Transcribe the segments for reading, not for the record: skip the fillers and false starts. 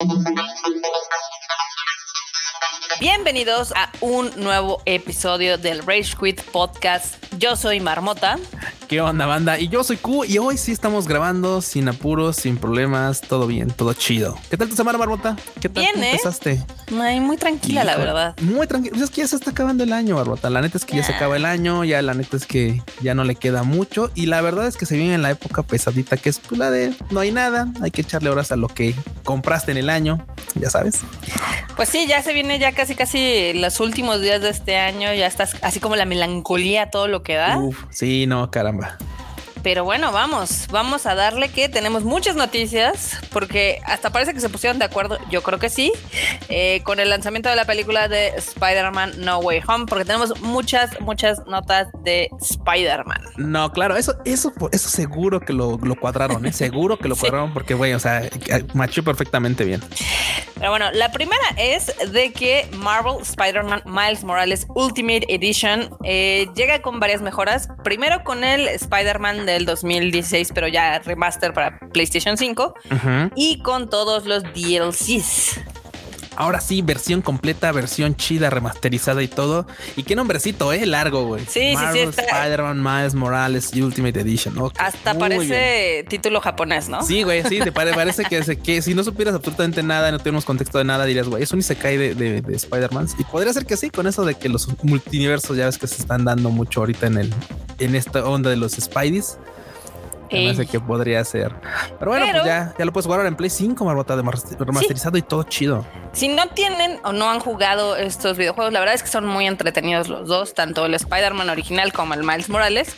Bienvenidos a un nuevo episodio del Rage Quit Podcast. Yo soy Marmota. ¿Qué onda, banda? Y yo soy Q y hoy sí estamos grabando sin apuros, sin problemas, todo bien, todo chido. ¿Qué tal tu semana, Marmota? ¿Qué tal? Bien, ¿Cómo empezaste? Ay, muy tranquila, la verdad. Muy tranquila. Pues es que ya se está acabando el año, Marmota. La neta es que ya se acaba el año, ya la neta es que ya no le queda mucho y la verdad es que se viene en la época pesadita que es pues, la de no hay nada, hay que echarle horas a lo que compraste en el año, ya sabes. Pues sí, ya se viene ya casi los últimos días de este año, ya estás así como la melancolía, todo lo que da. Sí, no, caramba. Pero bueno, vamos a darle que tenemos muchas noticias porque hasta parece que se pusieron de acuerdo, yo creo que sí, con el lanzamiento de la película de Spider-Man No Way Home, porque tenemos muchas notas de Spider-Man. No, claro, eso seguro que lo cuadraron, seguro que lo cuadraron porque, güey, o sea, machó perfectamente bien. Pero bueno, la primera es de que Marvel Spider-Man Miles Morales Ultimate Edition llega con varias mejoras. Primero con el Spider-Man del 2016, pero ya remaster para PlayStation 5 y con todos los DLCs. Ahora sí, versión completa, versión chida, remasterizada y todo. Y qué nombrecito, largo, güey. Sí, Marvel sí. Spider-Man Miles Morales Ultimate Edition. Okay, hasta parece bien. Título japonés, ¿no? Sí, güey, sí, te parece que si no supieras absolutamente nada, no tenemos contexto de nada, dirías, güey, es un isekai de Spider-Man. Y podría ser que sí, con eso de que los multiversos ya ves que se están dando mucho ahorita en esta onda de los Spideys. Me parece que podría ser. Pero bueno, pues ya lo puedes jugar ahora en Play 5, Marmota, remasterizado y todo chido. Si no tienen o no han jugado estos videojuegos, la verdad es que son muy entretenidos los dos, tanto el Spider-Man original como el Miles Morales.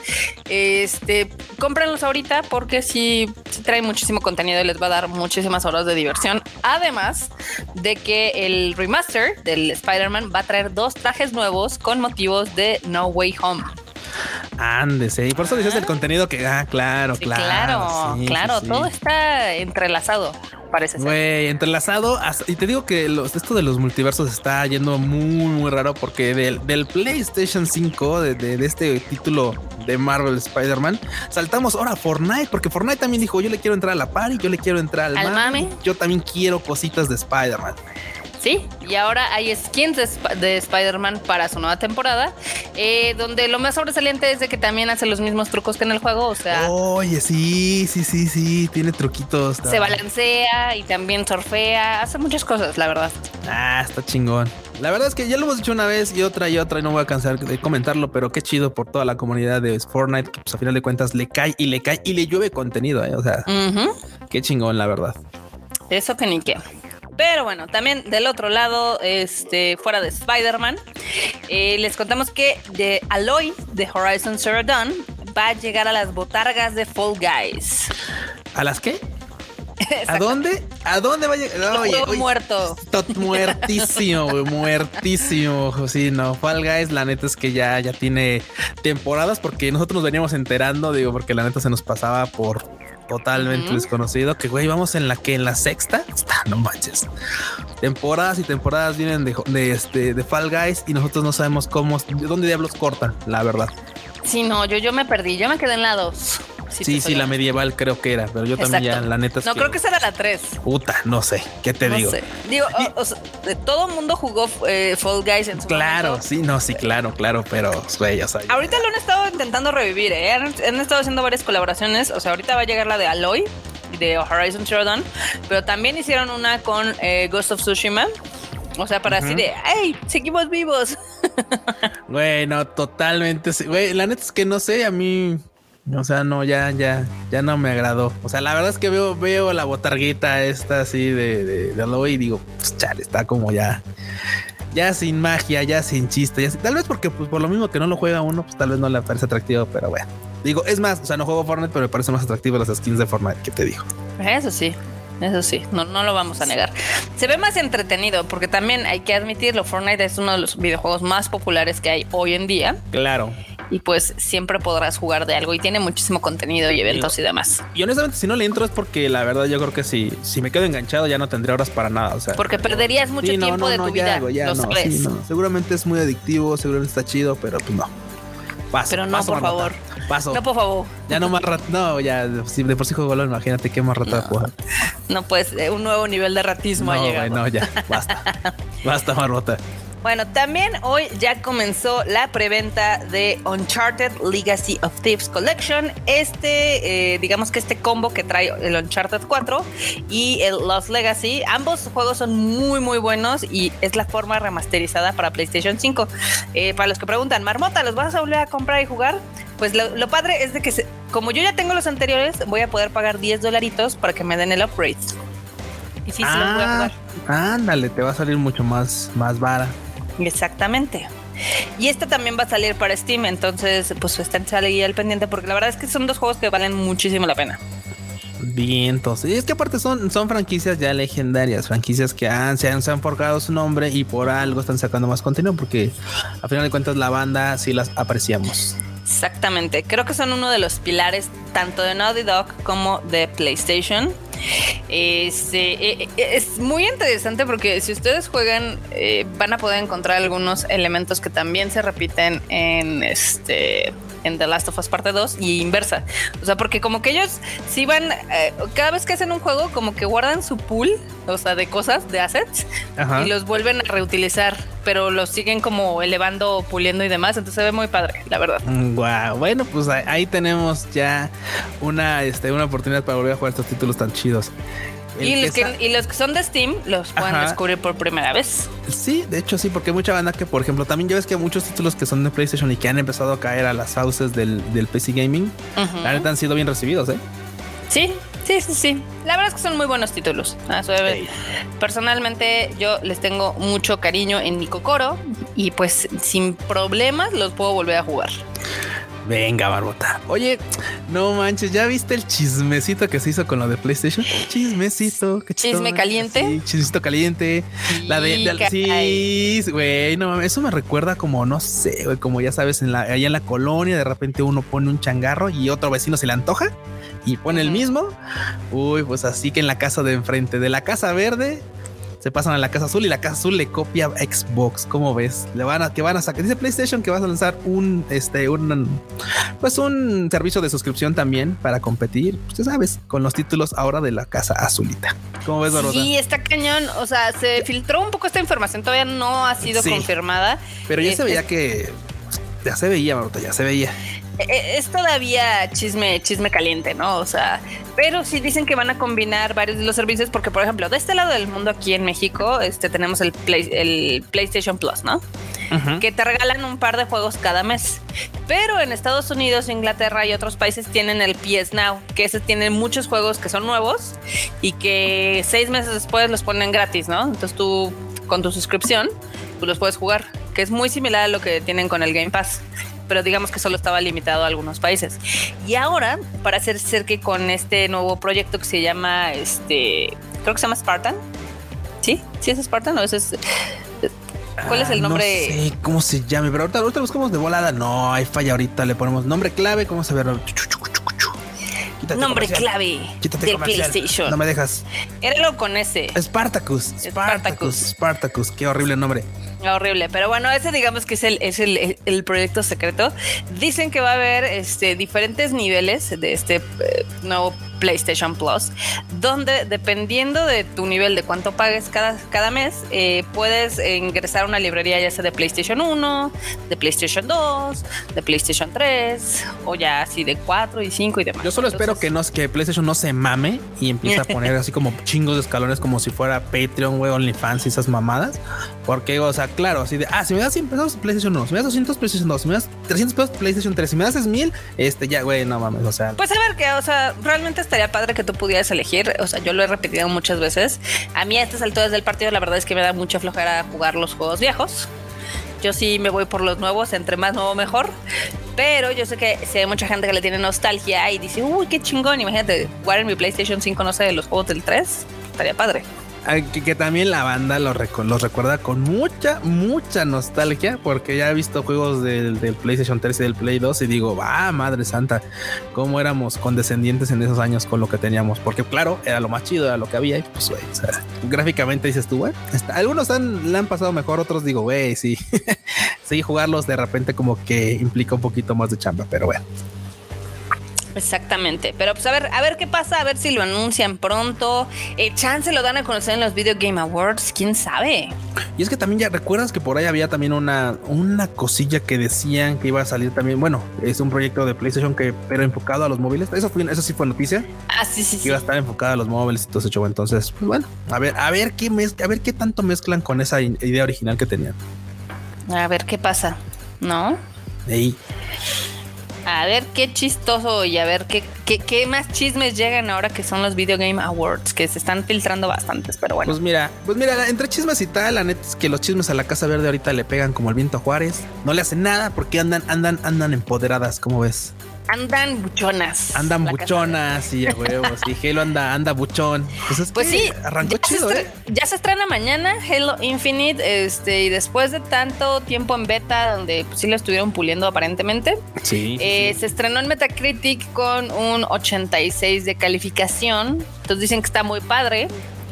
Cómprenlos ahorita porque sí traen muchísimo contenido y les va a dar muchísimas horas de diversión. Además de que el remaster del Spider-Man va a traer 2 trajes nuevos con motivos de No Way Home. Ándese, y por eso dices el contenido que claro, sí, claro, todo está entrelazado, parece ser. Güey, entrelazado, y te digo que esto de los multiversos está yendo muy raro porque del PlayStation 5 de este título de Marvel Spider-Man saltamos ahora a Fortnite, porque Fortnite también dijo, yo le quiero entrar a la party, yo le quiero entrar al mame, yo también quiero cositas de Spider-Man. Sí, y ahora hay skins de Spider-Man para su nueva temporada, donde lo más sobresaliente es de que también hace los mismos trucos que en el juego, o sea... Oye, sí, tiene truquitos. Se balancea y también surfea, hace muchas cosas, la verdad. Está chingón. La verdad es que ya lo hemos dicho una vez y otra, y no voy a cansar de comentarlo, pero qué chido por toda la comunidad de Fortnite, que pues a final de cuentas le cae y le llueve contenido, o sea, qué chingón, la verdad. Eso que ni qué. Pero bueno, también del otro lado, fuera de Spider-Man, les contamos que de Aloy de Horizon Zero Dawn va a llegar a las botargas de Fall Guys. ¿A las qué? ¿A dónde va a llegar? Oye, muerto. Muertísimo, güey, muertísimo. Sí, no, Fall Guys, la neta es que ya tiene temporadas porque nosotros nos veníamos enterando, porque la neta se nos pasaba por totalmente desconocido, que güey, vamos en la sexta, no manches. Temporadas y temporadas vienen de Fall Guys y nosotros no sabemos de dónde diablos cortan, la verdad. Sí, no, yo me perdí, yo me quedé en la 2. Sí, la medieval creo que era, pero yo también ya, la neta es no, creo que esa era la 3. Puta, no sé, ¿qué te digo? Sé. Digo, todo el mundo jugó Fall Guys en su momento. Claro, pero güey, o sea, ahorita lo han estado intentando revivir, han estado haciendo varias colaboraciones, o sea, ahorita va a llegar la de Aloy, de Horizon Zero Dawn, pero también hicieron una con Ghost of Tsushima. O sea, para así de, ¡hey! ¡Seguimos vivos! Güey, no, totalmente. Güey, la neta es que no sé, a mí... O sea, no, ya no me agradó. O sea, la verdad es que veo la botarguita esta así de Aloy y digo, pues chale, está como ya sin magia, ya sin chiste. Tal vez porque pues por lo mismo que no lo juega uno, pues tal vez no le parece atractivo, pero bueno. Digo, es más, o sea, no juego Fortnite, pero me parece más atractivo las skins de Fortnite, que te digo. Eso sí, no lo vamos a negar. Se ve más entretenido porque también hay que admitirlo, Fortnite es uno de los videojuegos más populares que hay hoy en día. Claro. Y pues siempre podrás jugar de algo y tiene muchísimo contenido y eventos y demás. Y honestamente, si no le entro es porque la verdad yo creo que si me quedo enganchado ya no tendría horas para nada. O sea, porque perderías mucho tiempo de tu vida. Lo sabes. Seguramente es muy adictivo, seguramente está chido, pero pues no. Pero no, por favor. Paso. No, por favor. Ya no más rato. No, ya si de por sí juego LOL, imagínate qué más rato de jugar. No, pues un nuevo nivel de ratismo ha llegado. No, ya, basta. Basta, Marmota. Bueno, también hoy ya comenzó la preventa de Uncharted Legacy of Thieves Collection. Digamos que este combo que trae el Uncharted 4 y el Lost Legacy, ambos juegos son muy, muy buenos y es la forma remasterizada para PlayStation 5. Para los que preguntan, Marmota, ¿los vas a volver a comprar y jugar? Pues lo padre es de que como yo ya tengo los anteriores, voy a poder pagar $10 para que me den el upgrade. Y sí, se los voy a jugar. Ándale, te va a salir mucho más vara. Exactamente. Y este también va a salir para Steam, entonces pues estén ahí al pendiente porque la verdad es que son dos juegos que valen muchísimo la pena. Bien, entonces, y es que aparte son franquicias ya legendarias, franquicias que se han forjado su nombre y por algo están sacando más contenido porque a final de cuentas la banda sí las apreciamos. Exactamente, creo que son uno de los pilares tanto de Naughty Dog como de PlayStation. Es muy interesante porque si ustedes juegan van a poder encontrar algunos elementos que también se repiten en The Last of Us Parte 2 y inversa. O sea, porque como que ellos sí van, cada vez que hacen un juego como que guardan su pool, o sea, de cosas, de assets. Ajá. Y los vuelven a reutilizar, pero los siguen como elevando, puliendo y demás. Entonces se ve muy padre, la verdad. Wow, bueno, pues ahí tenemos ya una oportunidad para volver a jugar estos títulos tan chidos. Y los que son de Steam los pueden descubrir por primera vez. Sí, de hecho sí, porque hay mucha banda que, por ejemplo, también ya ves que muchos títulos que son de PlayStation y que han empezado a caer a las fauces del PC Gaming, la neta han sido bien recibidos, ¿eh? Sí. La verdad es que son muy buenos títulos. Personalmente yo les tengo mucho cariño en mi cocoro y pues sin problemas los puedo volver a jugar. Venga, Barbota. Oye, no manches, ¿ya viste el chismecito que se hizo con lo de PlayStation? Chismecito. Chisme caliente. Sí, chismecito caliente. Sí, güey, no mames, eso me recuerda como, no sé, güey, como ya sabes, allá en la colonia, de repente uno pone un changarro y otro vecino se le antoja y pone el mismo. Uy, pues así que en la casa de enfrente, de la casa verde, se pasan a la casa azul y la casa azul le copia a Xbox. ¿Cómo ves? Que van a sacar, dice PlayStation que vas a lanzar un servicio de suscripción también para competir, pues, sabes, con los títulos ahora de la casa azulita. ¿Cómo ves, Barbota? Sí, está cañón. O sea, se filtró un poco esta información, todavía no ha sido confirmada. Pero ya se veía Barbota, ya se veía. Es todavía chisme caliente, ¿no? O sea, pero sí dicen que van a combinar varios de los servicios porque, por ejemplo, de este lado del mundo aquí en México, tenemos el PlayStation Plus, ¿no? Que te regalan un par de juegos cada mes. Pero en Estados Unidos, Inglaterra y otros países tienen el PS Now, que ese tiene muchos juegos que son nuevos y que 6 meses después los ponen gratis, ¿no? Entonces tú, con tu suscripción, tú los puedes jugar, que es muy similar a lo que tienen con el Game Pass. Pero digamos que solo estaba limitado a algunos países. Y ahora, para hacer que con este nuevo proyecto que se llama, creo que se llama Spartan. ¿Sí? ¿Sí es Spartan o ese es...? ¿Cuál es el nombre? No sé cómo se llame, pero ahorita buscamos de volada. No, hay falla ahorita, le ponemos nombre clave, ¿cómo se ve? Nombre clave del PlayStation. No me dejas. Éralo con ese. Spartacus. Qué horrible nombre. Horrible, pero bueno, ese digamos que es el proyecto secreto. Dicen que va a haber diferentes niveles de este nuevo PlayStation Plus, donde dependiendo de tu nivel, de cuánto pagues cada mes, puedes ingresar a una librería ya sea de PlayStation 1, de PlayStation 2, de PlayStation 3 o ya así de 4 y 5 y demás. Yo solo espero que PlayStation no se mame y empiece a poner así como chingos de escalones como si fuera Patreon, güey, OnlyFans y esas mamadas, porque, o sea, claro, así de, si me das 100 pesos, PlayStation 1, si me das 200, PlayStation 2, si me das 300 pesos, PlayStation 3, si me das 1000, ya, güey, no mames, o sea. Pues a ver, que, o sea, realmente estaría padre que tú pudieras elegir, o sea, yo lo he repetido muchas veces. A mí a estas alturas del partido, la verdad es que me da mucha flojera jugar los juegos viejos. Yo sí me voy por los nuevos, entre más nuevo mejor. Pero yo sé que si hay mucha gente que le tiene nostalgia y dice, uy, qué chingón, imagínate jugar en mi PlayStation 5, no sé, los juegos del 3, estaría padre. Que también la banda los recuerda con mucha nostalgia, porque ya he visto juegos del PlayStation 3 y del Play 2 y digo, madre santa, cómo éramos condescendientes en esos años con lo que teníamos, porque claro, era lo más chido, era lo que había y pues güey, o sea, gráficamente dices tú, güey, algunos le han pasado mejor, otros digo, güey, sí, sí, jugarlos de repente como que implica un poquito más de chamba, pero bueno. Exactamente, pero pues a ver qué pasa, a ver si lo anuncian pronto. Chance lo dan a conocer en los Video Game Awards, quién sabe. Y es que también ya recuerdas que por ahí había también una cosilla que decían que iba a salir también. Bueno, es un proyecto de PlayStation pero enfocado a los móviles. Eso sí fue noticia. Sí. Que iba a estar enfocado a los móviles y todo ese show. Entonces, pues bueno, a ver qué tanto mezclan con esa idea original que tenían. A ver qué pasa, ¿no? Ey. A ver qué chistoso y a ver qué más chismes llegan ahora que son los Video Game Awards, que se están filtrando bastantes, pero bueno. Pues mira, entre chismes y tal, la neta es que los chismes a la Casa Verde ahorita le pegan como el viento a Juárez. No le hacen nada porque andan empoderadas, ¿cómo ves? Andan buchonas. Andan buchonas y a huevos. Y Halo anda buchón. Pues sí, arrancó chido, ya se estrena mañana Halo Infinite, y después de tanto tiempo en beta, donde pues, sí lo estuvieron puliendo aparentemente. Sí. Se estrenó en Metacritic con un 86 de calificación. Entonces dicen que está muy padre.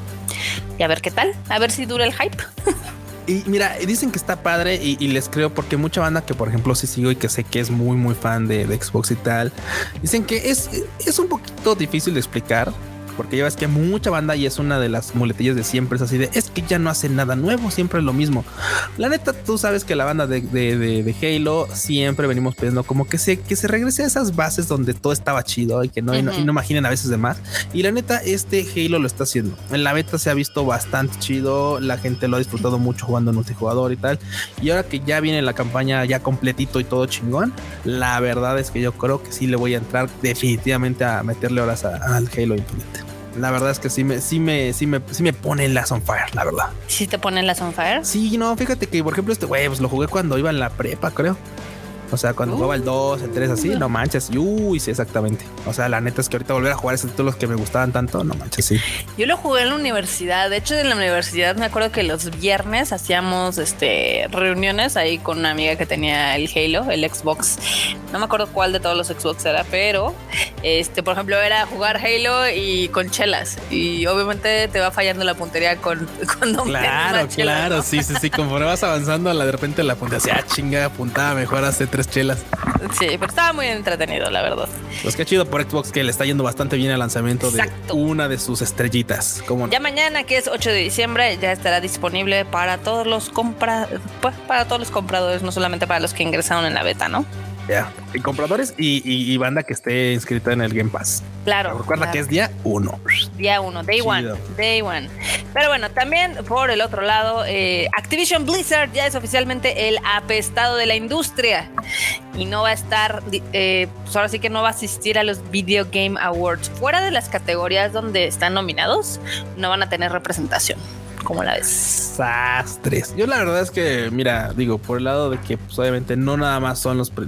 Y a ver qué tal, a ver si dura el hype. Y mira, dicen que está padre y les creo porque mucha banda que por ejemplo sí sigo y que sé que es muy muy fan de Xbox y tal, dicen que es un poquito difícil de explicar. Porque ya ves que mucha banda, y es una de las muletillas de siempre, es así de, es que ya no hacen nada nuevo, siempre es lo mismo. La neta, tú sabes que la banda de Halo siempre venimos pidiendo como que se regrese a esas bases donde todo estaba chido y que no imaginen a veces de más. Y la neta, Halo lo está haciendo. En la beta se ha visto bastante chido, la gente lo ha disfrutado mucho jugando en multijugador y tal. Y ahora que ya viene la campaña ya completito y todo chingón, la verdad es que yo creo que sí le voy a entrar definitivamente a meterle horas al Halo Infinite. La verdad es que sí me pone las on fire, la verdad. ¿Sí te ponen las on fire? Sí, no, fíjate que por ejemplo güey, pues lo jugué cuando iba en la prepa, creo. O sea, cuando jugaba el 2, el 3 así, no manches. Uy, sí, exactamente. O sea, la neta es que ahorita volver a jugar esos títulos que me gustaban tanto, no manches, sí. Yo lo jugué en la universidad. De hecho, en la universidad me acuerdo que los viernes hacíamos reuniones ahí con una amiga que tenía el Halo, el Xbox. No me acuerdo cuál de todos los Xbox era, pero por ejemplo, era jugar Halo y con chelas. Y obviamente te va fallando la puntería cuando claro, chelas, ¿no? Sí. Conforme vas avanzando, de repente la puntería chinga, apuntaba mejor hace 3 chelas. Sí, pero estaba muy entretenido, la verdad. Pues qué chido por Xbox, que le está yendo bastante bien al lanzamiento. Exacto. De una de sus estrellitas. ¿Cómo no? Ya mañana, que es 8 de diciembre, ya estará disponible para todos los para todos los compradores, no solamente para los que ingresaron en la beta, ¿no? Ya, y compradores y banda que esté inscrita en el Game Pass. Claro. Recuerda que es día 1. Día 1, Day One. Pero bueno, también por el otro lado, Activision Blizzard ya es oficialmente el apestado de la industria y no va a estar, pues ahora sí que no va a asistir a los Video Game Awards. Fuera de las categorías donde están nominados, no van a tener representación. ¿Cómo la ves? Desastres. Yo la verdad es que, mira, digo, por el lado de que pues, obviamente no nada más son los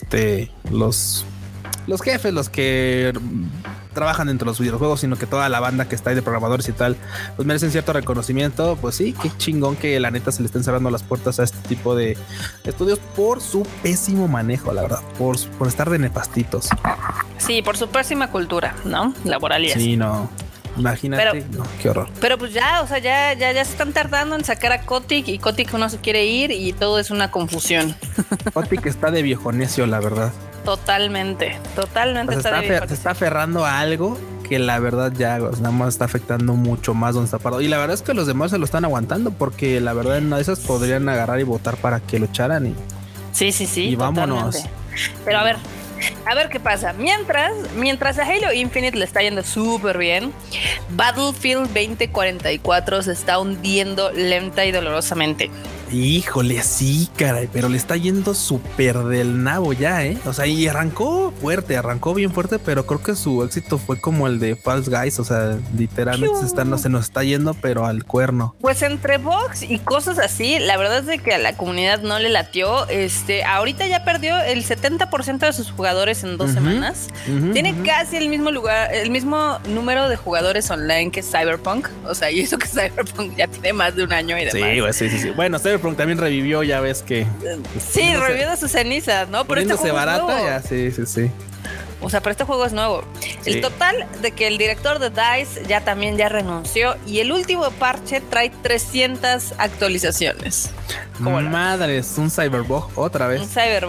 jefes los que trabajan dentro de los videojuegos, sino que toda la banda que está ahí de programadores y tal, pues merecen cierto reconocimiento. Pues sí, qué chingón que la neta se le estén cerrando las puertas a este tipo de estudios por su pésimo manejo, la verdad, por estar de nefastitos. Sí, por su pésima cultura, ¿no? Laboral y así. Sí, no. Imagínate, no, qué horror. Pero pues ya, o sea, ya se están tardando en sacar a Kotick y Kotick no se quiere ir y todo es una confusión. Kotick está de viejo necio, la verdad. Totalmente pues se está aferrando a algo que la verdad ya nada más está afectando mucho más donde está parado. Y la verdad es que los demás se lo están aguantando porque la verdad en una de esas podrían agarrar y votar para que lo echaran y... Sí. Y vámonos. Totalmente. Pero a ver qué pasa. Mientras a Halo Infinite le está yendo súper bien, Battlefield 2044 se está hundiendo lenta y dolorosamente. Híjole, sí, caray, pero le está yendo súper del nabo ya, ¿eh? O sea, y arrancó bien fuerte, pero creo que su éxito fue como el de False Guys, o sea, literalmente se nos está yendo, pero al cuerno. Pues entre bugs y cosas así, la verdad es de que a la comunidad no le latió. Ahorita ya perdió el 70% de sus jugadores en 2 semanas. Tiene casi el mismo número de jugadores online que Cyberpunk, o sea, y eso que Cyberpunk ya tiene más de un año y demás. Sí. Bueno, Cyberpunk también revivió, ya ves que... Sí, revivió de sus cenizas, ¿no? Pero poniéndose barata, ya, sí. O sea, pero este juego es nuevo. Sí. El total de que el director de DICE ya renunció y el último parche trae 300 actualizaciones. Madres, un Cyberbug otra vez. Un Cyberbug.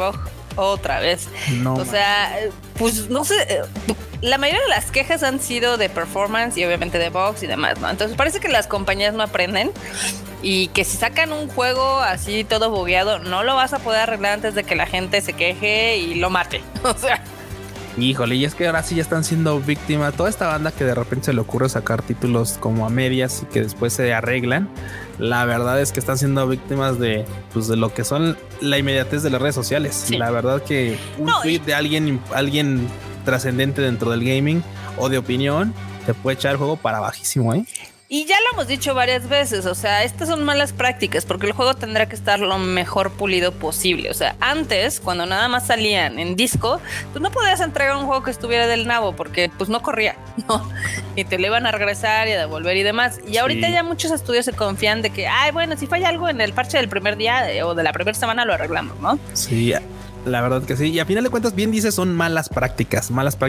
otra vez. No, o sea, pues no sé, la mayoría de las quejas han sido de performance y obviamente de bugs y demás, ¿no? Entonces parece que las compañías no aprenden y que si sacan un juego así todo bugueado, no lo vas a poder arreglar antes de que la gente se queje y lo mate. O sea... Híjole, y es que ahora sí ya están siendo víctimas. Toda esta banda que de repente se le ocurre sacar títulos como a medias y que después se arreglan. La verdad es que están siendo víctimas de, pues, de lo que son la inmediatez de las redes sociales. Sí. La verdad que un tweet de alguien trascendente dentro del gaming o de opinión te puede echar el juego para bajísimo, ¿eh? Y ya lo hemos dicho varias veces, o sea, estas son malas prácticas porque el juego tendrá que estar lo mejor pulido posible. O sea, antes, cuando nada más salían en disco, pues no podías entregar un juego que estuviera del nabo porque pues no corría, ¿no? Y te lo iban a regresar y a devolver y demás. Y ahorita ya muchos estudios se confían de que, ay, bueno, si falla algo en el parche del primer día o de la primera semana lo arreglamos, ¿no? Sí, la verdad que sí. Y a final de cuentas, bien dices, son malas prácticas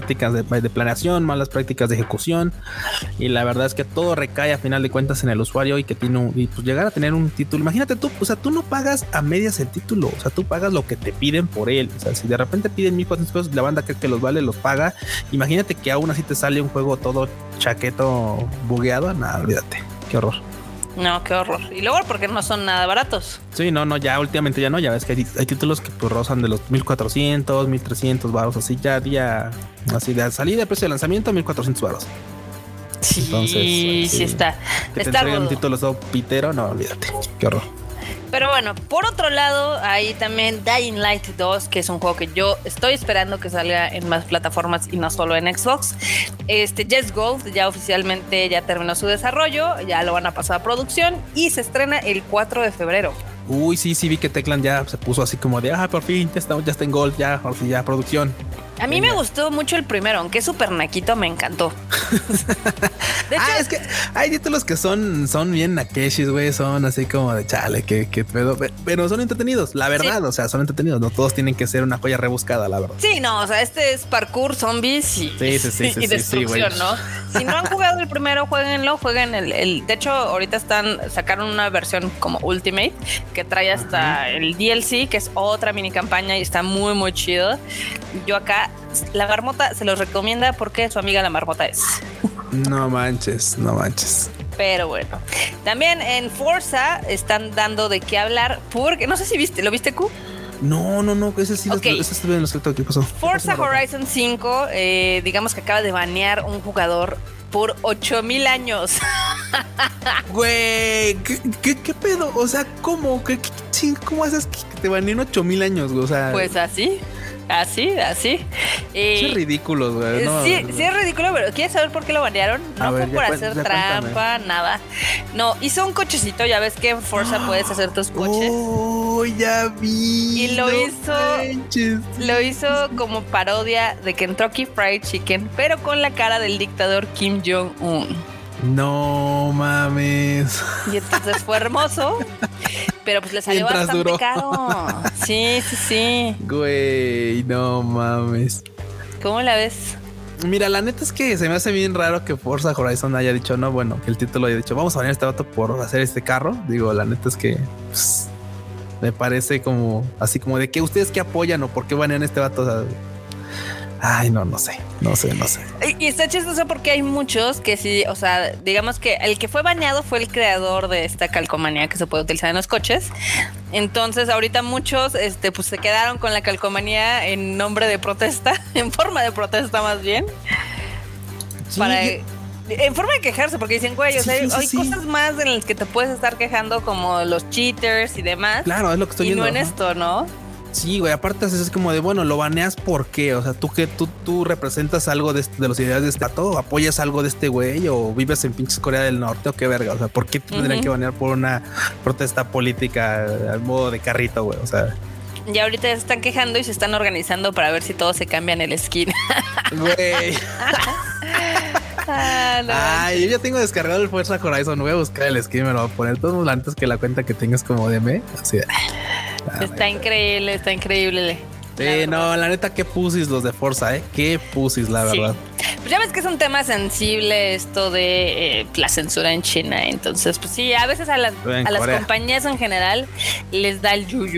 de planeación, malas prácticas de ejecución. Y la verdad es que todo recae a final de cuentas en el usuario y que tiene y pues llegar a tener un título. Imagínate tú, o sea, tú no pagas a medias el título, o sea, tú pagas lo que te piden por él. O sea, si de repente piden 1,400 pesos, la banda cree que los vale, los paga. Imagínate que aún así te sale un juego todo chaqueto, bugueado. Nada, olvídate, qué horror. No, qué horror. Y luego porque no son nada baratos. Sí, no, ya últimamente ya no. Ya ves que hay títulos que pues rozan de los 1,400, 1,300 baros, así ya así de salida de precio de lanzamiento, 1,400 baros. Sí, entonces, sí está. Que te entreguen un título todo pitero, no, olvídate. Qué horror. Pero bueno, por otro lado, hay también Dying Light 2, que es un juego que yo estoy esperando que salga en más plataformas y no solo en Xbox. Yes Gold ya oficialmente ya terminó su desarrollo, ya lo van a pasar a producción y se estrena el 4 de febrero. Uy, sí, vi que Techland ya se puso así como de, por fin, ya está en Gold, ya, ahora sí, ya, producción. A mí me gustó mucho el primero, aunque es súper naquito, me encantó. De hecho, es que hay títulos que son bien nakeshis, güey, son así como de chale, que pero son entretenidos, la verdad, sí. O sea, son entretenidos, no todos tienen que ser una joya rebuscada, la verdad. Sí, no, o sea, este es parkour, zombies y destrucción, ¿no? Si no han jugado el primero, jueguenlo, jueguen el de hecho, ahorita sacaron una versión como Ultimate que trae hasta el DLC, que es otra mini campaña y está muy, muy chido. Yo acá, la marmota se los recomienda porque su amiga la marmota es. No manches. Pero bueno, también en Forza están dando de qué hablar porque, no sé si viste, ¿lo viste, Q? No, ese sí, ese estuve en los que pasó. Forza Horizon 5, digamos que acaba de banear un jugador por 8,000 años. Güey, ¿qué pedo? O sea, ¿cómo? ¿Cómo haces que te baneen 8,000 años, güey? O sea, pues así. Es ridículo, güey. No, sí es ridículo, pero ¿quieres saber por qué lo banearon? No fue por hacer trampa, nada. No, hizo un cochecito, ya ves que en Forza puedes hacer tus coches. Oh, ya vi. Y lo hizo como parodia de Kentucky Fried Chicken, pero con la cara del dictador Kim Jong-un. No mames. Y entonces fue hermoso. Pero pues le salió bastante caro. Sí. Güey, no mames. ¿Cómo la ves? Mira, la neta es que se me hace bien raro que Forza Horizon haya dicho, no, bueno, que el título haya dicho, vamos a banear a este vato por hacer este carro. Digo, la neta es que pues, me parece como así como de que ustedes que apoyan o por qué banean a este vato. O sea, ay, no sé. Y está chistoso porque hay muchos que sí, o sea, digamos que el que fue baneado fue el creador de esta calcomanía que se puede utilizar en los coches. Entonces ahorita muchos pues se quedaron con la calcomanía en nombre de protesta, en forma de protesta más bien. Sí. En forma de quejarse, porque dicen, güey, o sea, hay cosas más en las que te puedes estar quejando como los cheaters y demás. Claro, es lo que estoy viendo. Y no en esto, ¿no? Sí, güey, aparte es como de, bueno, lo baneas ¿por qué? O sea, tú representas algo de los ideales de este dato, apoyas algo de este güey o vives en pinches Corea del Norte o qué verga, o sea, ¿por qué te tendrían que banear por una protesta política al modo de carrito, güey? O sea, y ahorita se están quejando y se están organizando para ver si todos se cambian el skin. Güey. Yo ya tengo descargado el Forza Horizon. Voy a buscar el skin, me lo voy a poner todos antes que la cuenta que tengas como DM. Así de... Está increíble. Sí, no, la neta, qué pusis los de Forza, qué pusis, la verdad. Pues ya ves que es un tema sensible esto de la censura en China. Entonces, pues sí, a veces a las compañías en general les da el yuyu.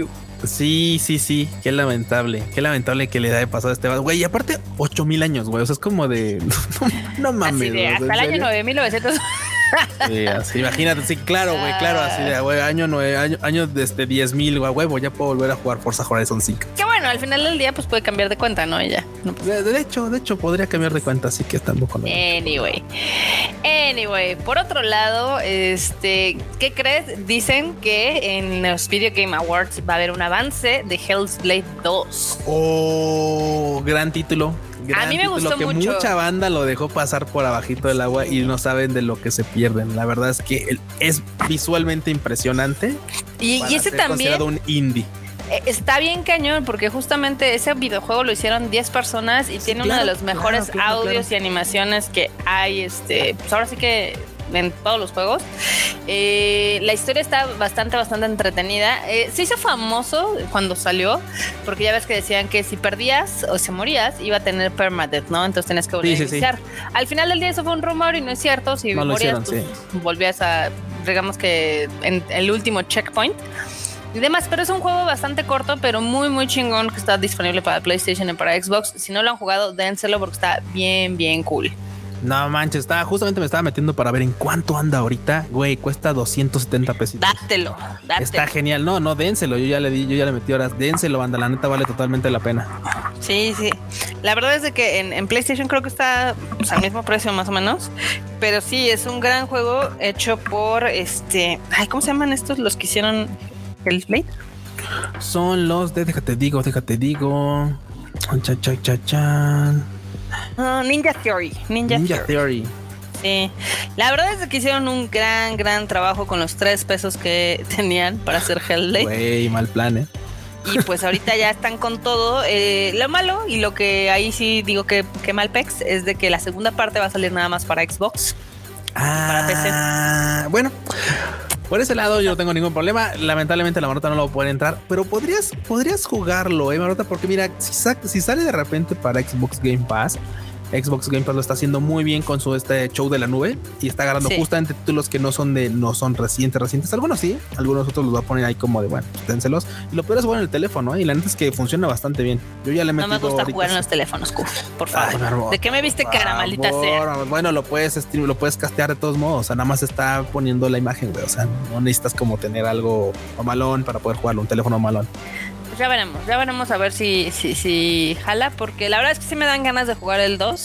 Sí. Qué lamentable que le haya pasado a este vato. Güey, y aparte 8,000 años, güey. O sea, es como de no mames. Así de, hasta el año 9900. Sí, así, imagínate, sí, claro, güey, claro, así de, güey, año desde 10,000, güey, huevo, ya puedo volver a jugar Forza Horizon 5. Que bueno, al final del día, pues puede cambiar de cuenta, ¿no? Ella. No, pues. De hecho, podría cambiar de cuenta, así que tampoco no. Anyway, por otro lado, ¿qué crees? Dicen que en los Video Game Awards va a haber un avance de Hell's Blade 2. Oh, gran título. A mí me gustó que mucho. Mucha banda lo dejó pasar por abajito del agua y no saben de lo que se pierden. La verdad es que es visualmente impresionante. Y ese también considerado un indie. Está bien cañón porque justamente ese videojuego lo hicieron 10 personas y tiene uno de los mejores audios y animaciones que hay. Pues ahora sí que en todos los juegos. La historia está bastante entretenida. Se hizo famoso cuando salió, porque ya ves que decían que si perdías o se morías, iba a tener permadeath, ¿no? Entonces tenías que volver a iniciar. Al final del día eso fue un rumor y no es cierto. Si no morías, pues, volvías a, digamos que en el último checkpoint y demás, pero es un juego bastante corto, pero muy chingón, que está disponible para PlayStation y para Xbox. Si no lo han jugado, dénselo porque está bien cool. No manches, justamente me estaba metiendo para ver en cuánto anda ahorita. Güey, cuesta 270 pesos. Dátelo. Está genial. No, dénselo. Yo ya le metí horas. Dénselo, banda. La neta vale totalmente la pena. Sí. La verdad es de que en PlayStation creo que está pues, al mismo precio más o menos. Pero sí, es un gran juego hecho por ¿cómo se llaman estos? Los que hicieron Hell's Blade. Son los de déjate digo. Chan. Ninja Theory. Sí, la verdad es que hicieron un gran trabajo con los 3 pesos que tenían para hacer Hellblade. Güey, mal plan, Y pues ahorita ya están con todo. Lo malo y lo que ahí sí digo que mal pex es de que la segunda parte va a salir nada más para Xbox. Para PC. Bueno, por ese lado yo no tengo ningún problema. Lamentablemente la Marota no lo puede entrar, pero podrías jugarlo, Marota, porque mira, si sale de repente para Xbox Game Pass lo está haciendo muy bien con su show de la nube y está agarrando justamente títulos que no son recientes. Algunos sí, algunos otros los va a poner ahí como de bueno, dénselos y lo puedes jugar en el teléfono, y la neta es que funciona bastante bien. Yo ya le he metido. No me gusta jugar en los teléfonos, por favor. ¿De qué me viste cara, maldita sea? Bueno, lo puedes castear de todos modos, o sea, nada más está poniendo la imagen, güey, o sea, no necesitas como tener algo malón para poder jugarlo, un teléfono malón. Pues ya veremos a ver si jala, porque la verdad es que sí me dan ganas de jugar el 2.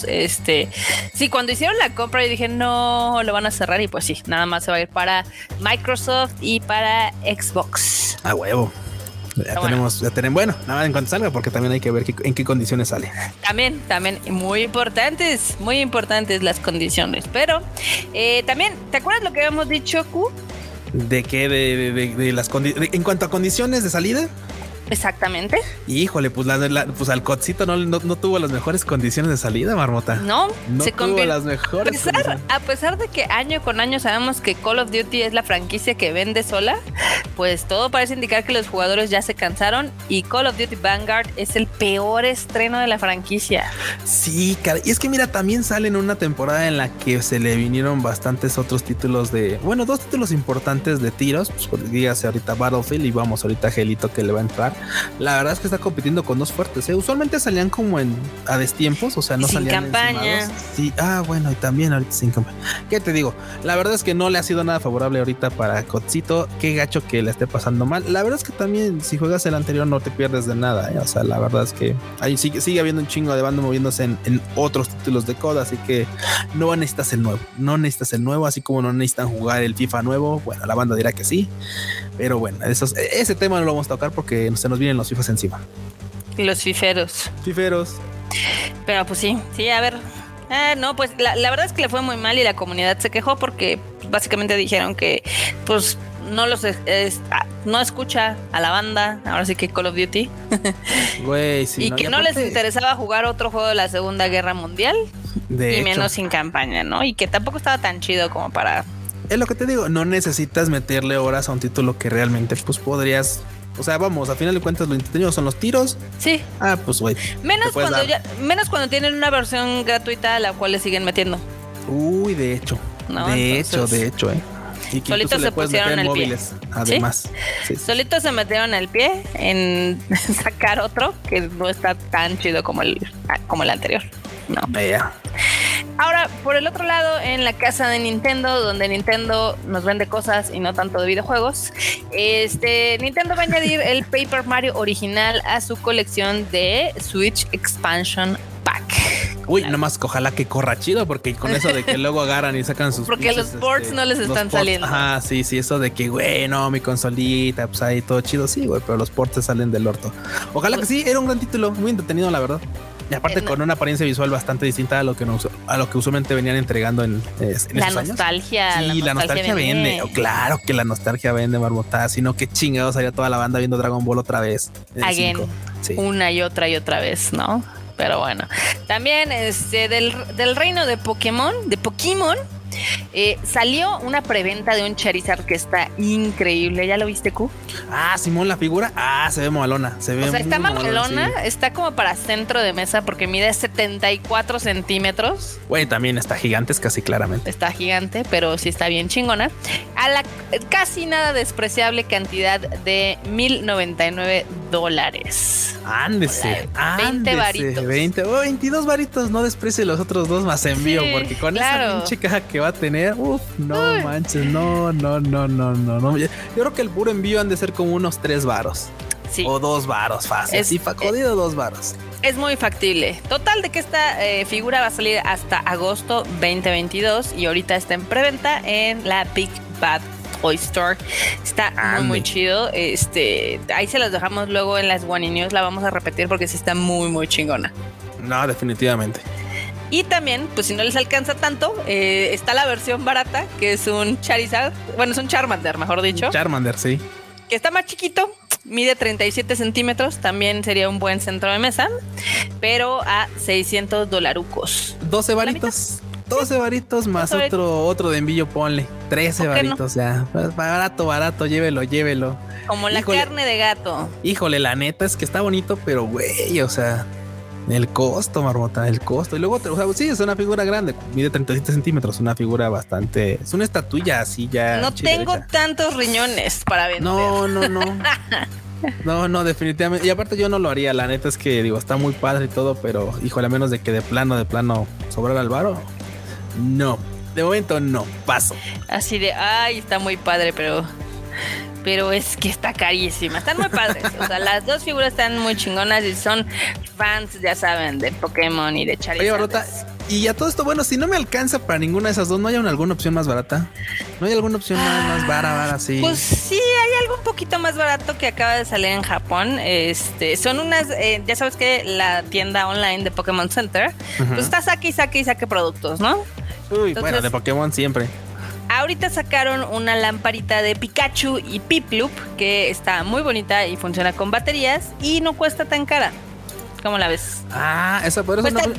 Sí, cuando hicieron la compra yo dije, no, lo van a cerrar, y pues sí, nada más se va a ir para Microsoft y para Xbox. Ah, huevo. Ya tenemos, bueno, nada más en cuanto salga, porque también hay que ver en qué condiciones sale. También, muy importantes las condiciones. Pero también, ¿te acuerdas lo que habíamos dicho, Q? ¿De qué? De las condiciones. En cuanto a condiciones de salida. Exactamente. Híjole, pues pues al Codcito no tuvo las mejores condiciones de salida, Marmota. No se tuvo las mejores. A pesar de que año con año sabemos que Call of Duty es la franquicia que vende sola, pues todo parece indicar que los jugadores ya se cansaron y Call of Duty Vanguard es el peor estreno de la franquicia. Sí, cara. Y es que mira, también sale en una temporada en la que se le vinieron bastantes otros títulos 2 títulos importantes de tiros, pues dígase ahorita Battlefield y vamos ahorita Gelito que le va a entrar. La verdad es que está compitiendo con 2 fuertes. Usualmente salían como a destiempos, o sea, no sin salían campaña. Encimados. Sí, bueno, y también ahorita sin campaña. ¿Qué te digo? La verdad es que no le ha sido nada favorable ahorita para Codcito. Qué gacho que le esté pasando mal. La verdad es que también si juegas el anterior no te pierdes de nada, O sea, la verdad es que ahí sigue habiendo un chingo de banda moviéndose en otros títulos de COD, así que no necesitas el nuevo, así como no necesitan jugar el FIFA nuevo. Bueno, la banda dirá que sí, pero bueno, ese tema no lo vamos a tocar porque se nos vienen los FIFAs encima. Los fiferos. Pero pues sí, a ver. No, pues la verdad es que le fue muy mal y la comunidad se quejó porque básicamente dijeron que pues no escucha a la banda, ahora sí que Call of Duty. Güey, sí. Y que no les interesaba jugar otro juego de la Segunda Guerra Mundial. Y menos sin campaña, ¿no? Y que tampoco estaba tan chido como para... Es lo que te digo, no necesitas meterle horas a un título que realmente pues podrías... O sea, vamos, a final de cuentas lo entretenido son los tiros. Sí. Pues güey. Menos cuando tienen una versión gratuita a la cual le siguen metiendo. Uy, de hecho. No, de hecho, Y que solitos se pusieron el móviles, pie. Además. ¿Sí? Sí. Solitos se metieron el pie en sacar otro que no está tan chido como el anterior. No. Ahora, por el otro lado, en la casa de Nintendo, donde Nintendo nos vende cosas y no tanto de videojuegos, Nintendo va a añadir el Paper Mario original a su colección de Switch Expansion Pack. Uy, nomás ojalá que corra chido, porque con eso de que luego agarran y sacan sus... Porque los ports no les están saliendo. Ajá, sí, eso de que, güey, no, mi consolita, pues ahí todo chido, sí, güey, pero los ports salen del orto. Ojalá que sí, era un gran título, muy entretenido, la verdad. Y aparte con una apariencia visual bastante distinta a lo que usualmente venían entregando en la nostalgia. Sí, la nostalgia vende. Oh, claro que la nostalgia vende, Marmota. Sino que chingados había toda la banda viendo Dragon Ball otra vez. Again, sí. Una y otra vez, ¿no? Pero bueno, también del reino de Pokémon, salió una preventa de un Charizard que está increíble. ¿Ya lo viste, Q? Simón, la figura. Se ve mamalona. Está mamalona. Sí. Está como para centro de mesa porque mide 74 centímetros. Güey, también está gigante, es casi claramente. Está gigante, pero sí está bien chingona. A la casi nada despreciable cantidad de $1,099. Ándese. 20 varitos. 22 varitos. No desprecie los otros dos más envío, sí, porque con esa pinche caja que va a tener, no manches, no. Yo creo que el puro envío han de ser como unos 3 varos. Sí. O 2 varos fácil. Sí, jodido 2 varos. Es muy factible. Total de que esta figura va a salir hasta agosto 2022 y ahorita está en preventa en la Big Bad Toy Store. Está muy chido. Ahí se las dejamos luego en las One News. La vamos a repetir porque sí está muy, muy chingona. No, definitivamente. Y también, pues si no les alcanza tanto, está la versión barata, que es un Charizard. Bueno, es un Charmander, mejor dicho. Charmander, sí. Que está más chiquito, mide 37 centímetros. También sería un buen centro de mesa, pero a $600. 12 varitos. 12 varitos más otro de envío, ponle 13 varitos, no? Ya. Barato, llévelo. Como la carne de gato. Híjole, la neta es que está bonito, pero güey, o sea, el costo, Marmota, el costo. Y luego, sí, es una figura grande, mide 37 centímetros, una figura bastante, es una estatuilla así ya. No tengo tantos riñones para vender. No, definitivamente. Y aparte yo no lo haría, la neta es que digo, está muy padre y todo, pero híjole, a menos de que de plano sobrara el varo. No, de momento no, paso. Así de, está muy padre, pero es que está carísima. Están muy padres. O sea, las dos figuras están muy chingonas y son fans, ya saben, de Pokémon y de Charizard. Oye, Barrota, y a todo esto, bueno, si no me alcanza para ninguna de esas dos, ¿no hay alguna opción más barata? ¿No hay alguna opción más barata, sí? Pues sí, hay algo un poquito más barato que acaba de salir en Japón. Son unas, ya sabes que la tienda online de Pokémon Center, pues está saque productos, ¿no? Uy, entonces, bueno, de Pokémon siempre. Ahorita sacaron una lamparita de Pikachu y Piplup que está muy bonita y funciona con baterías y no cuesta tan cara. ¿Cómo la ves? Esa podría ser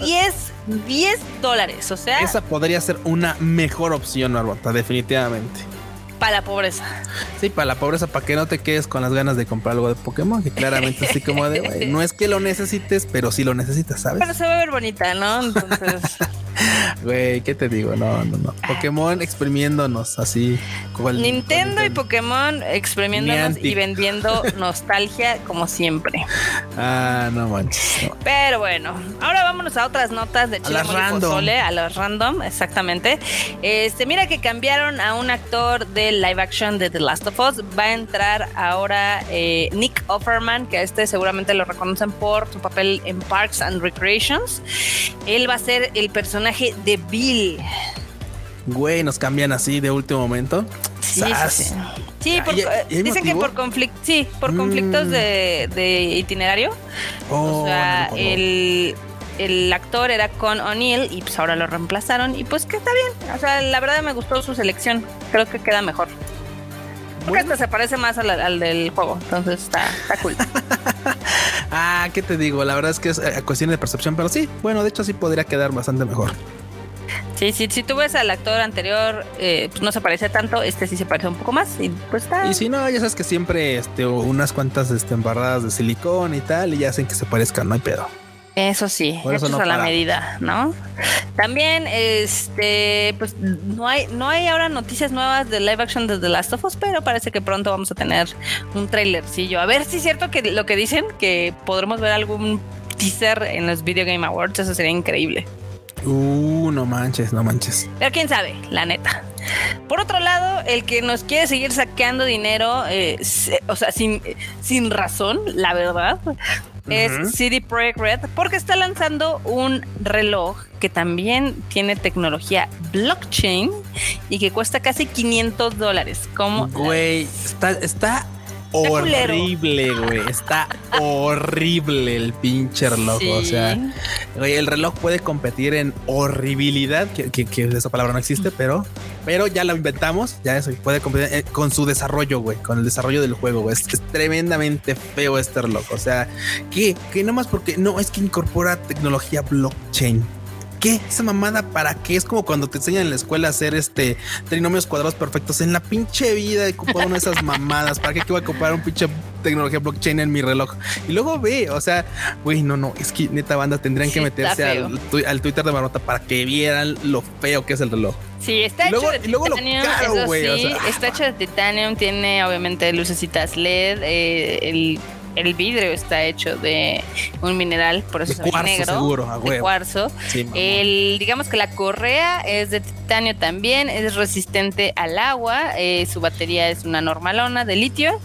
$10, o sea. Esa podría ser una mejor opción, Marmota, definitivamente. Para la pobreza. Sí, para la pobreza, para que no te quedes con las ganas de comprar algo de Pokémon, que claramente así como de, güey, no es que lo necesites, pero sí lo necesitas, ¿sabes? Pero se va a ver bonita, ¿no? Entonces... Güey, ¿qué te digo? No. Pokémon exprimiéndonos así. Nintendo y Pokémon exprimiéndonos y vendiendo nostalgia como siempre. No manches. No. Pero bueno, ahora vámonos a otras notas de Chile Pozole, a los random, exactamente. Mira que cambiaron a un actor de live action de The Last of Us. Va a entrar ahora Nick Offerman, que seguramente lo reconocen por su papel en Parks and Recreations. Él va a ser el personaje de Bill. Güey, nos cambian así de último momento. Sí, dicen que por conflictos de itinerario. O sea, el actor era Con O'Neill y pues ahora lo reemplazaron y pues que está bien. O sea, la verdad me gustó su selección. Creo que queda mejor. Porque hasta se parece más al del juego. Entonces está cool. ¿Qué te digo? La verdad es que es cuestión de percepción, pero sí, bueno, de hecho sí podría quedar bastante mejor. Sí, si tú ves al actor anterior, pues no se parece tanto, sí se parece un poco más y pues está. Y si no, ya sabes que siempre unas cuantas embarradas de silicón y tal y ya hacen que se parezcan, no hay pedo. Eso sí, Por eso hechos no a la para. medida, ¿no? También, pues no hay ahora noticias nuevas de live action de The Last of Us, pero parece que pronto vamos a tener un trailercillo. A ver si es cierto que lo que dicen, que podremos ver algún teaser en los Video Game Awards, eso sería increíble. No manches. Pero quién sabe, la neta. Por otro lado, el que nos quiere seguir saqueando dinero, o sea, sin razón, la verdad, es CD Projekt Red, porque está lanzando un reloj que también tiene tecnología blockchain y que cuesta casi $500. ¿Cómo? Güey, está horrible, güey. Está horrible el pinche reloj. Sí. O sea, güey, el reloj puede competir en horribilidad, que esa palabra no existe, pero ya lo inventamos. Ya eso puede competir con su desarrollo, güey, con el desarrollo del juego, güey. Es tremendamente feo este reloj. O sea, que nomás porque no es que incorpora tecnología blockchain. ¿Qué? Esa mamada, ¿para qué? Es como cuando te enseñan en la escuela a hacer trinomios cuadrados perfectos. En la pinche vida he ocupado una de esas mamadas. ¿Para qué voy a ocupar un pinche tecnología blockchain en mi reloj? Y luego ve, o sea, güey, no, es que neta banda tendrían que meterse al Twitter de Marmota para que vieran lo feo que es el reloj. Sí, está hecho de titanio, eso güey, sí, o sea, está hecho de titanio, tiene obviamente lucecitas LED, el vidrio está hecho de un mineral, por eso es negro, seguro, de cuarzo. Sí, digamos que la correa es de titanio también, es resistente al agua, su batería es una normalona de litio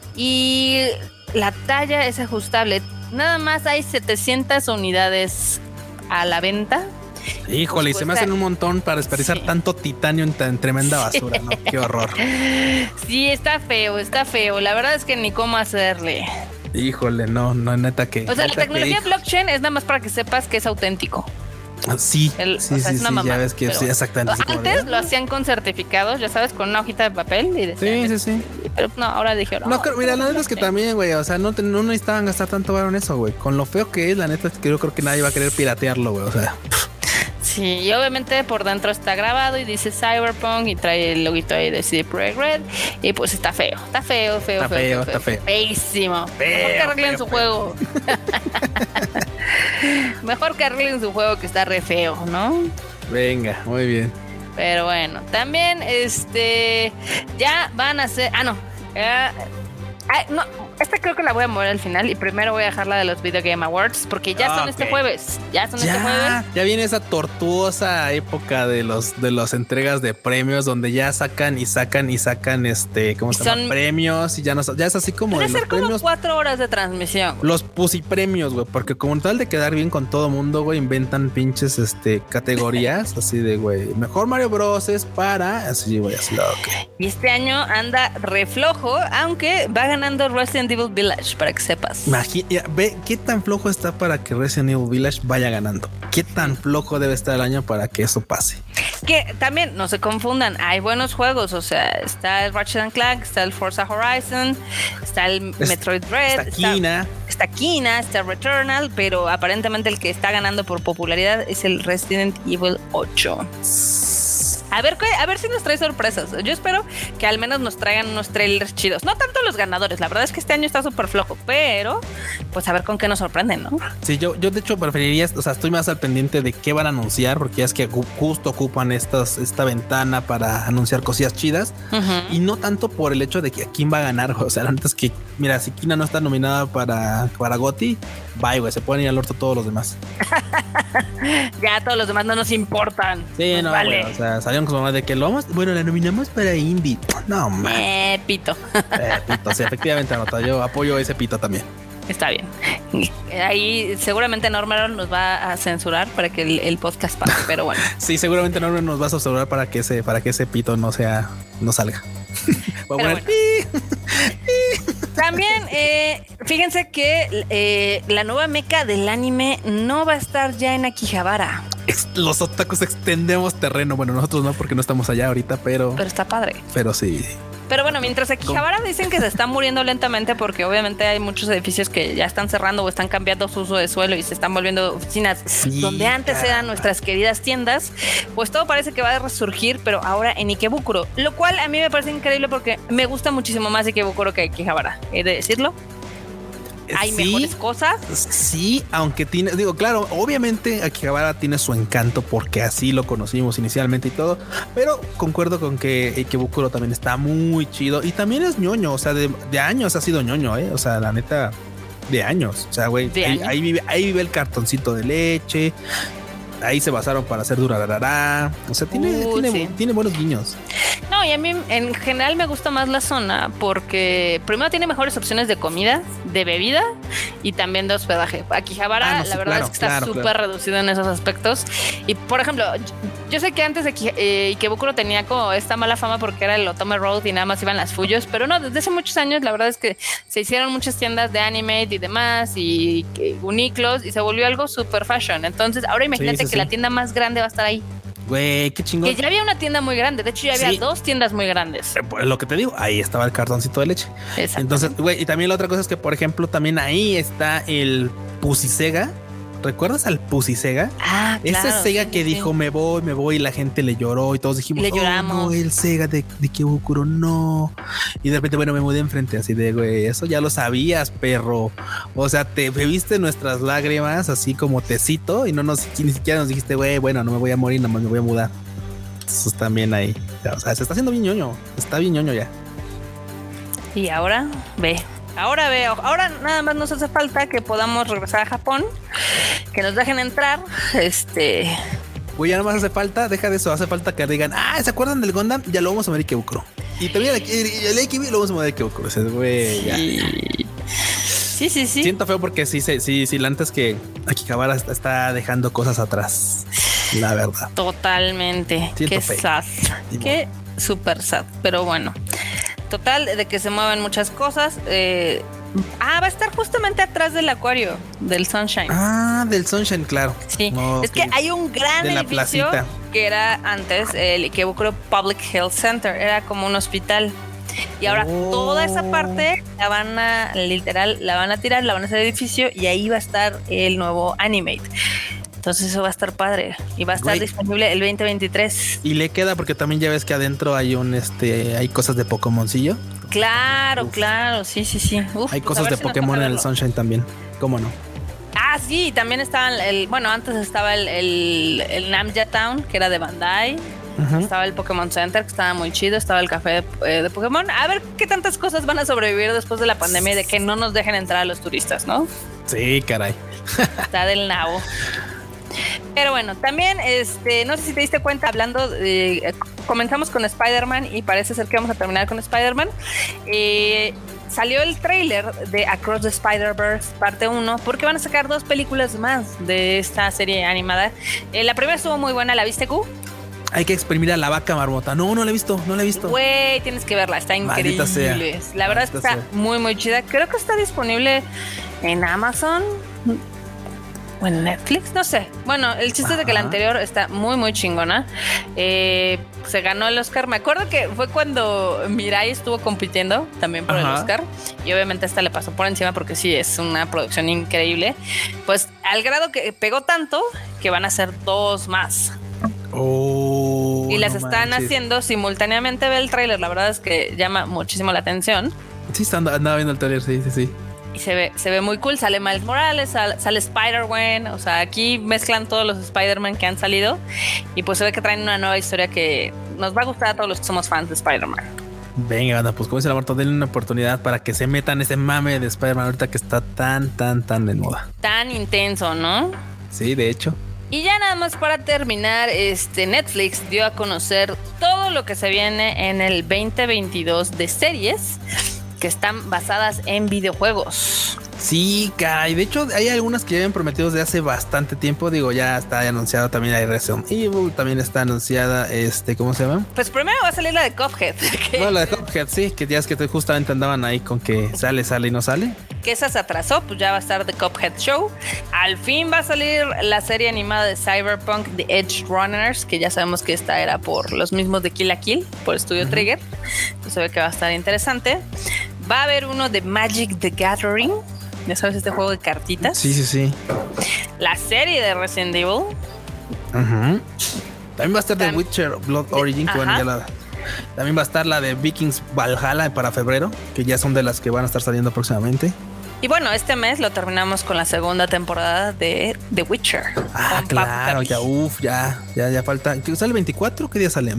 y la talla es ajustable. Nada más hay 700 unidades a la venta. Híjole, y se me hacen un montón para desperdiciar tanto titanio en tan tremenda basura, ¿no? Qué horror. Sí, está feo. La verdad es que ni cómo hacerle. Híjole, no, neta que. O sea, la tecnología blockchain es nada más para que sepas que es auténtico. Sí, es una mamá, ya ves que pero, sí, exactamente. Antes lo hacían con certificados, ya sabes, con una hojita de papel y decían, sí. Pero no, ahora dijeron. No, mira, la neta es que también, güey, o sea, no necesitaban gastar tanto varo en eso, güey. Con lo feo que es, la neta es que yo creo que nadie va a querer piratearlo, güey, o sea. Sí, y obviamente por dentro está grabado y dice Cyberpunk y trae el loguito ahí de CD Projekt Red y pues está feo. Feísimo. Mejor que arreglen su juego. Mejor que arreglen su juego que está re feo, ¿no? Venga, muy bien. Pero bueno, también ya van a hacer... no, esta creo que la voy a mover al final y primero voy a dejar la de los Video Game Awards porque ya son este jueves. Ya viene esa tortuosa época de los entregas de premios donde ya sacan, ¿cómo se llama? Premios y ya es así como de los ser como premios. 4 horas de transmisión. Los pusipremios, güey, porque como tal de quedar bien con todo mundo, güey, inventan pinches categorías así de, güey, mejor Mario Bros es para así, güey, así, ok. Y este año anda re flojo, aunque va ganando Resident Evil Village, para que sepas. Ve qué tan flojo está para que Resident Evil Village vaya ganando. Qué tan flojo debe estar el año para que eso pase. Que también no se confundan, hay buenos juegos, o sea, está el Ratchet & Clank, está el Forza Horizon, está el Metroid Dread, está Kina, está Returnal, pero aparentemente el que está ganando por popularidad es el Resident Evil 8. A ver si nos trae sorpresas. Yo espero que al menos nos traigan unos trailers chidos. No tanto los ganadores, la verdad es que este año está súper flojo, pero pues a ver con qué nos sorprenden, ¿no? Sí, yo de hecho preferiría, o sea, estoy más al pendiente de qué van a anunciar, porque ya es que justo ocupan esta ventana para anunciar cosillas chidas, y no tanto por el hecho de que a quién va a ganar, o sea, antes que, mira, si Kina no está nominada para GOTY, bye, güey, se pueden ir al orto todos los demás. Ya todos los demás no nos importan. Sí, no, vale. Güey, o sea, salieron con su mamá de que la nominamos para Indie. No, man. Pito. Pito, sí, efectivamente, anota. Yo apoyo ese pito también. Está bien. Ahí seguramente Norman nos va a censurar para que el podcast pase, pero bueno. Sí, seguramente Norman nos va a censurar para que ese pito no salga. Voy a poner También, fíjense que la nueva meca del anime no va a estar ya en Akihabara. Los otakus extendemos terreno. Bueno, nosotros no, porque no estamos allá ahorita, pero está padre. Pero sí. Pero bueno, mientras Akihabara dicen que se está muriendo lentamente porque obviamente hay muchos edificios que ya están cerrando o están cambiando su uso de suelo y se están volviendo oficinas donde antes eran nuestras queridas tiendas, pues todo parece que va a resurgir, pero ahora en Ikebukuro, lo cual a mí me parece increíble porque me gusta muchísimo más Ikebukuro que Akihabara, he de decirlo. hay mejores cosas. Sí, aunque tiene, digo, claro, obviamente Akihabara tiene su encanto porque así lo conocimos inicialmente y todo, pero concuerdo con que Ikebukuro también está muy chido y también es ñoño, o sea, de años ha sido ñoño, o sea, la neta, de años, o sea, güey, ahí vive el cartoncito de leche. Ahí se basaron para hacer Durarara. O sea, tiene buenos guiños. No, y a mí en general me gusta más la zona porque primero tiene mejores opciones de comida, de bebida y también de hospedaje. Akihabara, la verdad es que está súper reducido en esos aspectos. Y por ejemplo, yo sé que antes de Ikebukuro tenía como esta mala fama porque era el Otome Road y nada más iban las Fuyos, pero no, desde hace muchos años la verdad es que se hicieron muchas tiendas de anime y demás y Uniclos y se volvió algo super fashion. Entonces ahora imagínate que la tienda más grande va a estar ahí. Güey, qué chingón. Que ya había una tienda muy grande. De hecho, ya había dos tiendas muy grandes. Pues lo que te digo, ahí estaba el cartoncito de leche. Entonces, güey, y también la otra cosa es que, por ejemplo, también ahí está el Pusisega. ¿Recuerdas al Pusisega? Ah, claro. Ese Sega que dijo, me voy, y la gente le lloró y todos dijimos, le lloramos. No, el Sega de Ikebukuro, no. Y de repente, bueno, me mudé enfrente así de, güey, eso ya lo sabías, perro. O sea, te bebiste nuestras lágrimas así como tecito y ni siquiera nos dijiste, güey, bueno, no me voy a morir, nada más me voy a mudar. Eso también ahí. O sea, se está haciendo bien ñoño. Está bien ñoño ya. Y ahora ahora nada más nos hace falta que podamos regresar a Japón, que nos dejen entrar, Güey, ya nada más hace falta, deja de eso, hace falta que digan, ¿se acuerdan del Gundam? Ya lo vamos a ver Ikebukuro. Y también el AKB lo vamos a ver Ikebukuro. O sea, güey, ya. Sí. Siento feo porque sí, la antes que Akihabara está dejando cosas atrás, la verdad. Totalmente. Qué sad. Qué super sad, pero bueno. Total, de que se mueven muchas cosas. Va a estar justamente atrás del acuario del Sunshine. Del Sunshine, claro. Sí, es que hay un gran edificio que era antes el Ikebukuro Public Health Center. Era como un hospital. Y ahora toda esa parte la van a tirar, la van a hacer edificio y ahí va a estar el nuevo Animate. Entonces eso va a estar padre y va a estar disponible el 2023. Y le queda porque también ya ves que adentro hay hay cosas de Pokémoncillo. Claro, sí. Hay cosas de Pokémon en el Sunshine también. ¿Cómo no? Sí, también estaba antes estaba el Namja Town, que era de Bandai. Estaba el Pokémon Center, que estaba muy chido. Estaba el café de Pokémon. A ver qué tantas cosas van a sobrevivir después de la pandemia y de que no nos dejen entrar a los turistas, ¿no? Sí, caray. Está del nabo. Pero bueno, también, no sé si te diste cuenta, comenzamos con Spider-Man y parece ser que vamos a terminar con Spider-Man. Salió el tráiler de Across the Spider-Verse parte 1 porque van a sacar 2 películas más de esta serie animada. La primera estuvo muy buena, ¿la viste, Q? Hay que exprimir a la vaca marmota. No la he visto. Güey, tienes que verla, está increíble. La verdad es que está muy, muy chida. Creo que está disponible en Amazon o en Netflix, no sé. Bueno, el chiste es de que la anterior está muy, muy chingona. Se ganó el Oscar. Me acuerdo que fue cuando Mirai estuvo compitiendo también por el Oscar. Y obviamente esta le pasó por encima porque sí, es una producción increíble. Pues al grado que pegó tanto que van a hacer 2 más. Y las están haciendo simultáneamente. Ve el tráiler, la verdad es que llama muchísimo la atención. Sí, andaba viendo el tráiler, sí. Y se ve muy cool. Sale Miles Morales, sale Spider-Man. O sea, aquí mezclan todos los Spider-Man que han salido. Y pues se ve que traen una nueva historia que nos va a gustar a todos los que somos fans de Spider-Man. Venga, anda, pues como dice la Marta, denle una oportunidad para que se metan ese mame de Spider-Man ahorita que está tan de moda. Tan intenso, ¿no? Sí, de hecho. Y ya nada más para terminar, Netflix dio a conocer todo lo que se viene en el 2022 de series que están basadas en videojuegos. Sí, caray. De hecho, hay algunas que ya habían prometido desde hace bastante tiempo. Digo, ya está anunciado también la Resident Evil. También está anunciada, ¿cómo se llama? Pues primero va a salir la de Cuphead. Bueno, la de Cuphead, sí. Que ya es que justamente andaban ahí con que sale y no sale. Que esa se atrasó, pues ya va a estar The Cuphead Show. Al fin va a salir la serie animada de Cyberpunk, The Edge Runners, que ya sabemos que esta era por los mismos de Kill la Kill, por Studio Trigger. Entonces se ve que va a estar interesante. Va a haber uno de Magic the Gathering. ¿Ya sabes este juego de cartitas? Sí. La serie de Resident Evil. También va a estar The Witcher Blood Origin, que bueno, ya también va a estar la de Vikings Valhalla para febrero, que ya son de las que van a estar saliendo próximamente. Y bueno, este mes lo terminamos con la segunda temporada de The Witcher. Ah, claro, ya falta. ¿Sale el 24? ¿Qué día sale?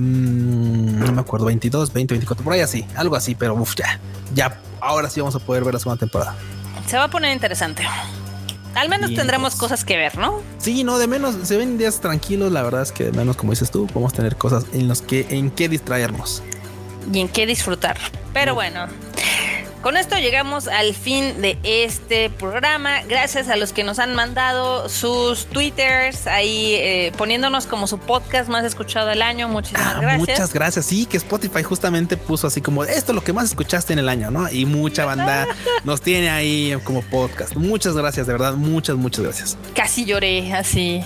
No me acuerdo, 22, 20, 24, por ahí así, algo así, pero ya, ahora sí vamos a poder ver la segunda temporada. Se va a poner interesante. Al menos tendremos cosas que ver, ¿no? Sí, no, de menos se ven días tranquilos. La verdad es que de menos, como dices tú, podemos tener cosas en que distraernos y en qué disfrutar. Pero bueno, con esto llegamos al fin de este programa. Gracias a los que nos han mandado sus twitters ahí poniéndonos como su podcast más escuchado del año. Muchísimas gracias. Muchas gracias. Sí, que Spotify justamente puso así como esto es lo que más escuchaste en el año, ¿no? Y mucha banda nos tiene ahí como podcast. Muchas gracias, de verdad. Muchas gracias. Casi lloré así.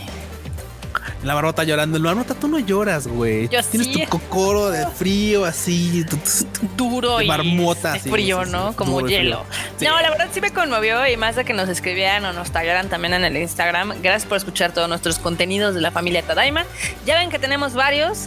La Marmota llorando. La Marmota, tú no lloras, güey. Yo tienes tu cocoro de frío así duro y marmota, de frío, sí, ¿no? Sí, como hielo. Sí. No, la verdad sí me conmovió y más de que nos escribieran o nos tagaran también en el Instagram. Gracias por escuchar todos nuestros contenidos de la familia Tadaima. Ya ven que tenemos varios.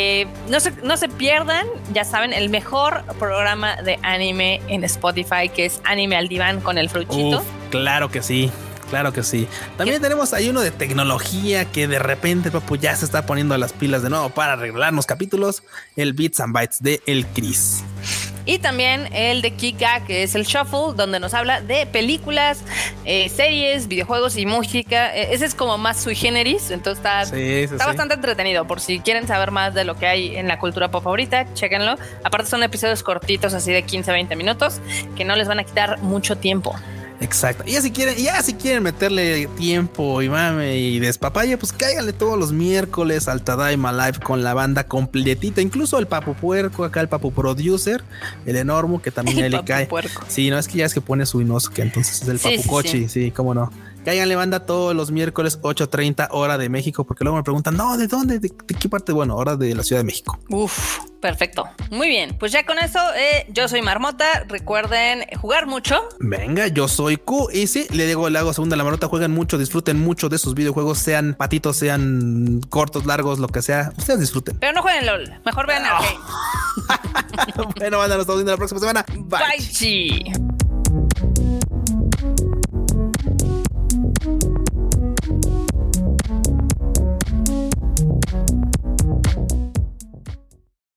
No se pierdan, ya saben, el mejor programa de anime en Spotify, que es Anime al Diván con el Fruchito. Claro que sí. Claro que sí. También tenemos ahí uno de tecnología que de repente, papu, ya se está poniendo las pilas de nuevo para regalarnos capítulos. El Bits and Bytes de El Chris. Y también el de Kika, que es el Shuffle, donde nos habla de películas, series, videojuegos y música. Ese es como más sui generis, entonces está bastante entretenido. Por si quieren saber más de lo que hay en la cultura pop ahorita, chéquenlo. Aparte son episodios cortitos, así de 15-20 minutos, que no les van a quitar mucho tiempo. Exacto. Y si quieren meterle tiempo y mame y despapalle, pues cáiganle todos los miércoles al Tadaima Live con la banda completita, incluso el Papu Puerco, acá el Papu Producer, el Enormo, que también él le cae. Puerco. Sí, no es que ya es que pone su Inosuke, entonces es el Papu Kochi, sí, cómo no. Cáiganle banda todos los miércoles 8:30 hora de México, porque luego me preguntan, no, ¿de dónde? ¿De qué parte? Bueno, hora de la Ciudad de México. Uf, perfecto. Muy bien, pues ya con eso, yo soy Marmota. Recuerden jugar mucho. Venga, yo soy Q y sí, le hago segunda a la Marmota. Jueguen mucho, disfruten mucho de sus videojuegos, sean patitos, sean cortos, largos, lo que sea. Ustedes disfruten. Pero no jueguen LOL, mejor vean Arcade. Bueno, banda, nos estamos viendo la próxima semana. Bye. Bye.